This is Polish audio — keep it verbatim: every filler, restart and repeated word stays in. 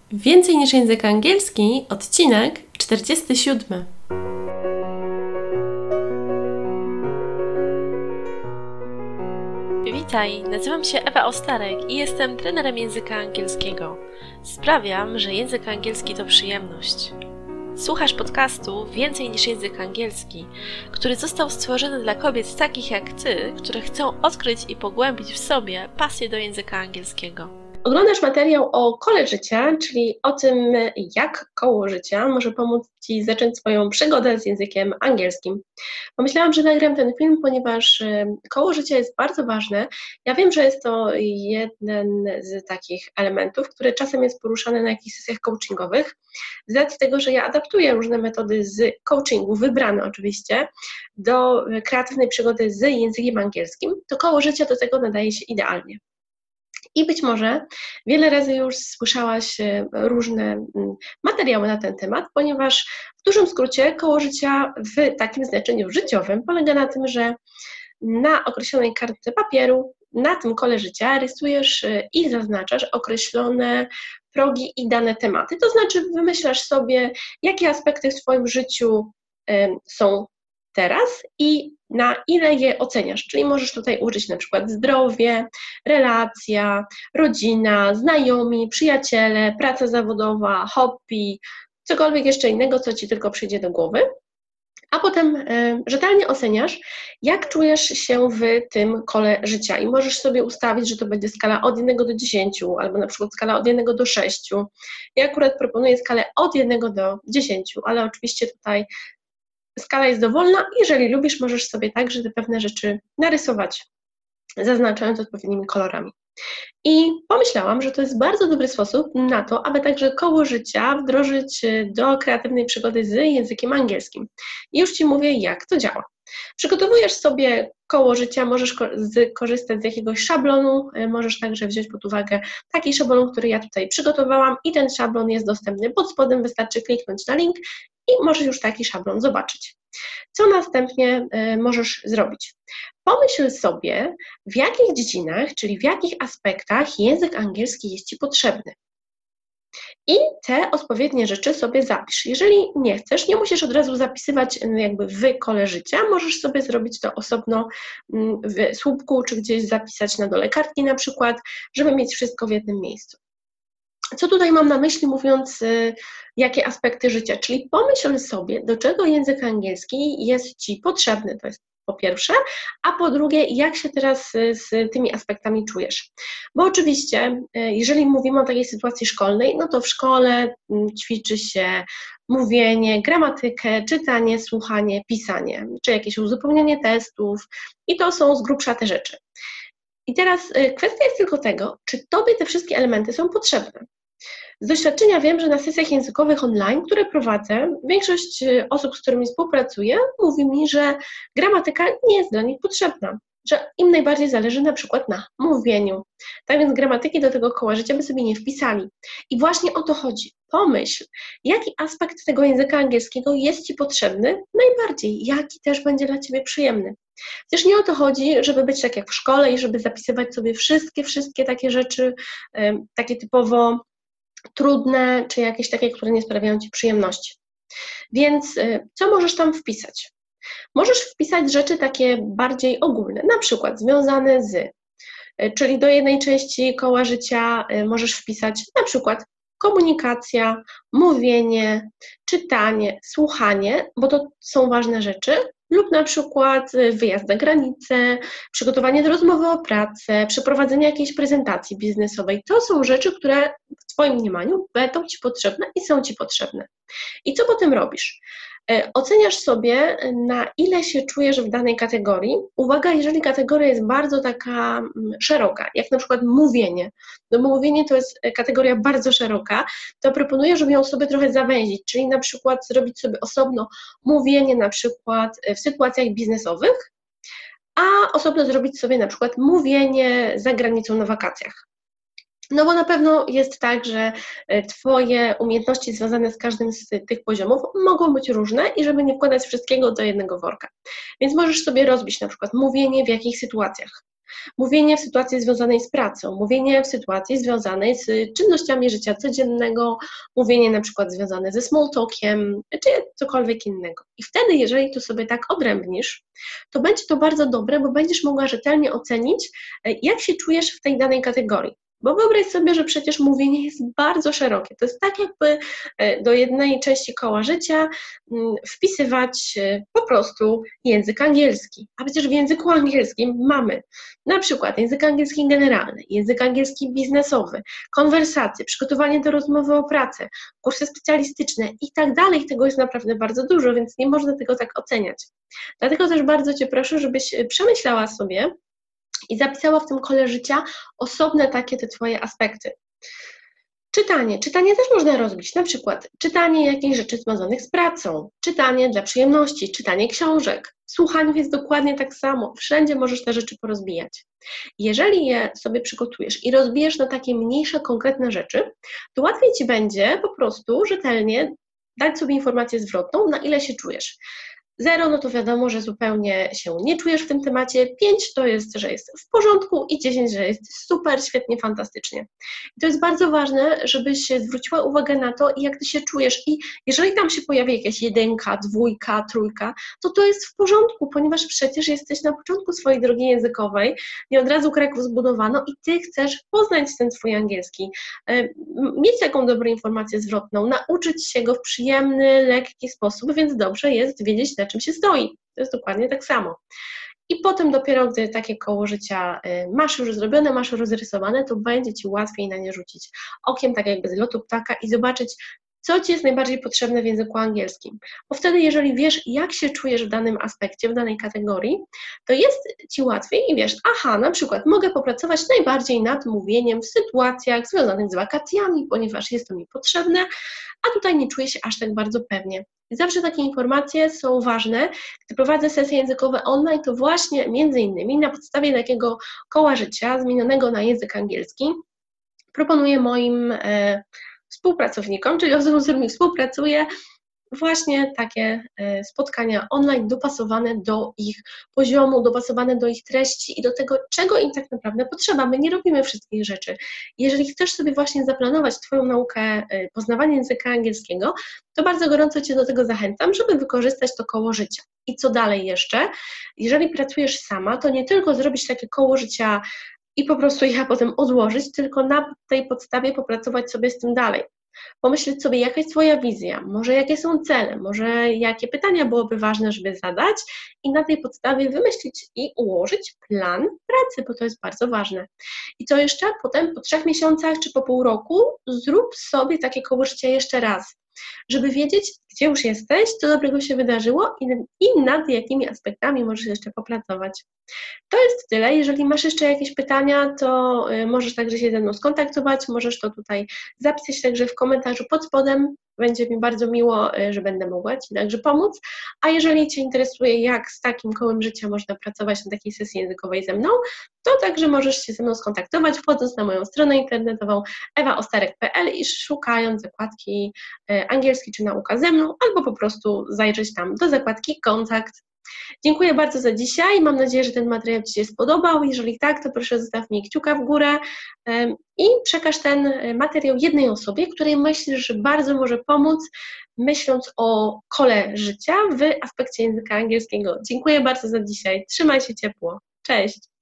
Więcej niż język angielski, odcinek czterdziesty siódmy. Witaj, nazywam się Ewa Ostarek i jestem trenerem języka angielskiego. Sprawiam, że język angielski to przyjemność. Słuchasz podcastu Więcej niż język angielski, który został stworzony dla kobiet takich jak Ty, które chcą odkryć i pogłębić w sobie pasję do języka angielskiego. Oglądasz materiał o kole życia, czyli o tym, jak koło życia może pomóc Ci zacząć swoją przygodę z językiem angielskim. Pomyślałam, że nagram ten film, ponieważ koło życia jest bardzo ważne. Ja wiem, że jest to jeden z takich elementów, który czasem jest poruszany na jakichś sesjach coachingowych. Z racji tego, że ja adaptuję różne metody z coachingu, wybrane oczywiście, do kreatywnej przygody z językiem angielskim, to koło życia do tego nadaje się idealnie. I być może wiele razy już słyszałaś różne materiały na ten temat, ponieważ w dużym skrócie koło życia w takim znaczeniu życiowym polega na tym, że na określonej kartce papieru, na tym kole życia rysujesz i zaznaczasz określone progi i dane tematy. To znaczy wymyślasz sobie, jakie aspekty w swoim życiu są teraz i na ile je oceniasz, czyli możesz tutaj użyć na przykład zdrowie, relacja, rodzina, znajomi, przyjaciele, praca zawodowa, hobby, cokolwiek jeszcze innego, co Ci tylko przyjdzie do głowy, a potem y, rzetelnie oceniasz, jak czujesz się w tym kole życia i możesz sobie ustawić, że to będzie skala od jednego do dziesięciu, albo na przykład skala od jednego do sześciu. Ja akurat proponuję skalę od jednego do dziesięciu, ale oczywiście tutaj skala jest dowolna. Jeżeli lubisz, możesz sobie także te pewne rzeczy narysować, zaznaczając odpowiednimi kolorami. I pomyślałam, że to jest bardzo dobry sposób na to, aby także koło życia wdrożyć do kreatywnej przygody z językiem angielskim. I już Ci mówię, jak to działa. Przygotowujesz sobie koło życia, możesz korzystać z jakiegoś szablonu, możesz także wziąć pod uwagę taki szablon, który ja tutaj przygotowałam i ten szablon jest dostępny pod spodem, wystarczy kliknąć na link i możesz już taki szablon zobaczyć. Co następnie y, możesz zrobić? Pomyśl sobie, w jakich dziedzinach, czyli w jakich aspektach język angielski jest Ci potrzebny. I te odpowiednie rzeczy sobie zapisz. Jeżeli nie chcesz, nie musisz od razu zapisywać jakby w kole życia, możesz sobie zrobić to osobno w słupku, czy gdzieś zapisać na dole kartki na przykład, żeby mieć wszystko w jednym miejscu. Co tutaj mam na myśli, mówiąc, y, jakie aspekty życia? Czyli pomyśl sobie, do czego język angielski jest Ci potrzebny, to jest po pierwsze, a po drugie, jak się teraz z tymi aspektami czujesz. Bo oczywiście, y, jeżeli mówimy o takiej sytuacji szkolnej, no to w szkole y, ćwiczy się mówienie, gramatykę, czytanie, słuchanie, pisanie, czy jakieś uzupełnianie testów i to są z grubsza te rzeczy. I teraz y, kwestia jest tylko tego, czy Tobie te wszystkie elementy są potrzebne. Z doświadczenia wiem, że na sesjach językowych online, które prowadzę, większość osób, z którymi współpracuję, mówi mi, że gramatyka nie jest dla nich potrzebna, że im najbardziej zależy na przykład na mówieniu. Tak więc gramatyki do tego koła życia by sobie nie wpisali. I właśnie o to chodzi. Pomyśl, jaki aspekt tego języka angielskiego jest Ci potrzebny najbardziej, jaki też będzie dla Ciebie przyjemny. Przecież nie o to chodzi, żeby być tak jak w szkole i żeby zapisywać sobie wszystkie, wszystkie takie rzeczy, takie typowo trudne, czy jakieś takie, które nie sprawiają Ci przyjemności. Więc co możesz tam wpisać? Możesz wpisać rzeczy takie bardziej ogólne, na przykład związane z, czyli do jednej części koła życia możesz wpisać na przykład komunikacja, mówienie, czytanie, słuchanie, bo to są ważne rzeczy, lub na przykład wyjazd za granicę, przygotowanie do rozmowy o pracę, przeprowadzenie jakiejś prezentacji biznesowej. To są rzeczy, które w Twoim mniemaniu będą Ci potrzebne i są Ci potrzebne. I co potem robisz? Oceniasz sobie, na ile się czujesz w danej kategorii. Uwaga, jeżeli kategoria jest bardzo taka szeroka, jak na przykład mówienie, no bo mówienie to jest kategoria bardzo szeroka, to proponuję, żeby ją sobie trochę zawęzić, czyli na przykład zrobić sobie osobno mówienie na przykład w sytuacjach biznesowych, a osobno zrobić sobie na przykład mówienie za granicą na wakacjach. No bo na pewno jest tak, że Twoje umiejętności związane z każdym z tych poziomów mogą być różne i żeby nie wkładać wszystkiego do jednego worka. Więc możesz sobie rozbić na przykład mówienie w jakich sytuacjach. Mówienie w sytuacji związanej z pracą, mówienie w sytuacji związanej z czynnościami życia codziennego, mówienie na przykład związane ze small talkiem, czy cokolwiek innego. I wtedy, jeżeli to sobie tak odrębnisz, to będzie to bardzo dobre, bo będziesz mogła rzetelnie ocenić, jak się czujesz w tej danej kategorii. Bo wyobraź sobie, że przecież mówienie jest bardzo szerokie. To jest tak, jakby do jednej części koła życia wpisywać po prostu język angielski. A przecież w języku angielskim mamy na przykład język angielski generalny, język angielski biznesowy, konwersacje, przygotowanie do rozmowy o pracę, kursy specjalistyczne i tak dalej. Tego jest naprawdę bardzo dużo, więc nie można tego tak oceniać. Dlatego też bardzo Cię proszę, żebyś przemyślała sobie i zapisała w tym kole życia osobne takie te Twoje aspekty. Czytanie. Czytanie też można rozbić, na przykład czytanie jakichś rzeczy związanych z pracą, czytanie dla przyjemności, czytanie książek. W słuchaniu jest dokładnie tak samo, wszędzie możesz te rzeczy porozbijać. Jeżeli je sobie przygotujesz i rozbijesz na takie mniejsze, konkretne rzeczy, to łatwiej Ci będzie po prostu rzetelnie dać sobie informację zwrotną, na ile się czujesz. Zero, no to wiadomo, że zupełnie się nie czujesz w tym temacie, pięć to jest, że jest w porządku i dziesięć, że jest super, świetnie, fantastycznie. I to jest bardzo ważne, żebyś zwróciła uwagę na to, jak Ty się czujesz i jeżeli tam się pojawi jakaś jedynka, dwójka, trójka, to to jest w porządku, ponieważ przecież jesteś na początku swojej drogi językowej, nie od razu Kraków zbudowano i Ty chcesz poznać ten Twój angielski, mieć taką dobrą informację zwrotną, nauczyć się go w przyjemny, lekki sposób, więc dobrze jest wiedzieć, na czym się stoi. To jest dokładnie tak samo. I potem dopiero, gdy takie koło życia masz już zrobione, masz już rozrysowane, to będzie Ci łatwiej na nie rzucić okiem, tak jakby z lotu ptaka i zobaczyć, co Ci jest najbardziej potrzebne w języku angielskim. Bo wtedy, jeżeli wiesz, jak się czujesz w danym aspekcie, w danej kategorii, to jest Ci łatwiej i wiesz, aha, na przykład mogę popracować najbardziej nad mówieniem w sytuacjach związanych z wakacjami, ponieważ jest to mi potrzebne, a tutaj nie czuję się aż tak bardzo pewnie. I zawsze takie informacje są ważne. Gdy prowadzę sesje językowe online, to właśnie między innymi na podstawie takiego koła życia zmienionego na język angielski proponuję moim e, współpracownikom, czyli osobom, z którymi współpracuję, właśnie takie spotkania online dopasowane do ich poziomu, dopasowane do ich treści i do tego, czego im tak naprawdę potrzeba. My nie robimy wszystkich rzeczy. Jeżeli chcesz sobie właśnie zaplanować Twoją naukę, poznawanie języka angielskiego, to bardzo gorąco Cię do tego zachęcam, żeby wykorzystać to koło życia. I co dalej jeszcze? Jeżeli pracujesz sama, to nie tylko zrobić takie koło życia i po prostu je potem odłożyć, tylko na tej podstawie popracować sobie z tym dalej. Pomyśleć sobie, jaka jest Twoja wizja, może jakie są cele, może jakie pytania byłoby ważne, żeby zadać i na tej podstawie wymyślić i ułożyć plan pracy, bo to jest bardzo ważne. I co jeszcze? Potem po trzech miesiącach czy po pół roku zrób sobie takie koło życia jeszcze raz, żeby wiedzieć, gdzie już jesteś, co dobrego się wydarzyło i, i nad jakimi aspektami możesz jeszcze popracować. To jest tyle. Jeżeli masz jeszcze jakieś pytania, to możesz także się ze mną skontaktować, możesz to tutaj zapisać także w komentarzu pod spodem. Będzie mi bardzo miło, że będę mogła Ci także pomóc. A jeżeli Cię interesuje, jak z takim kołem życia można pracować na takiej sesji językowej ze mną, to także możesz się ze mną skontaktować, wchodząc na moją stronę internetową ewa ostarek kropka p l i szukając zakładki angielski czy nauka ze mną, albo po prostu zajrzeć tam do zakładki kontakt. Dziękuję bardzo za dzisiaj. Mam nadzieję, że ten materiał Ci się spodobał. Jeżeli tak, to proszę zostaw mi kciuka w górę i przekaż ten materiał jednej osobie, której myślisz, że bardzo może pomóc, myśląc o kole życia w aspekcie języka angielskiego. Dziękuję bardzo za dzisiaj. Trzymaj się ciepło. Cześć!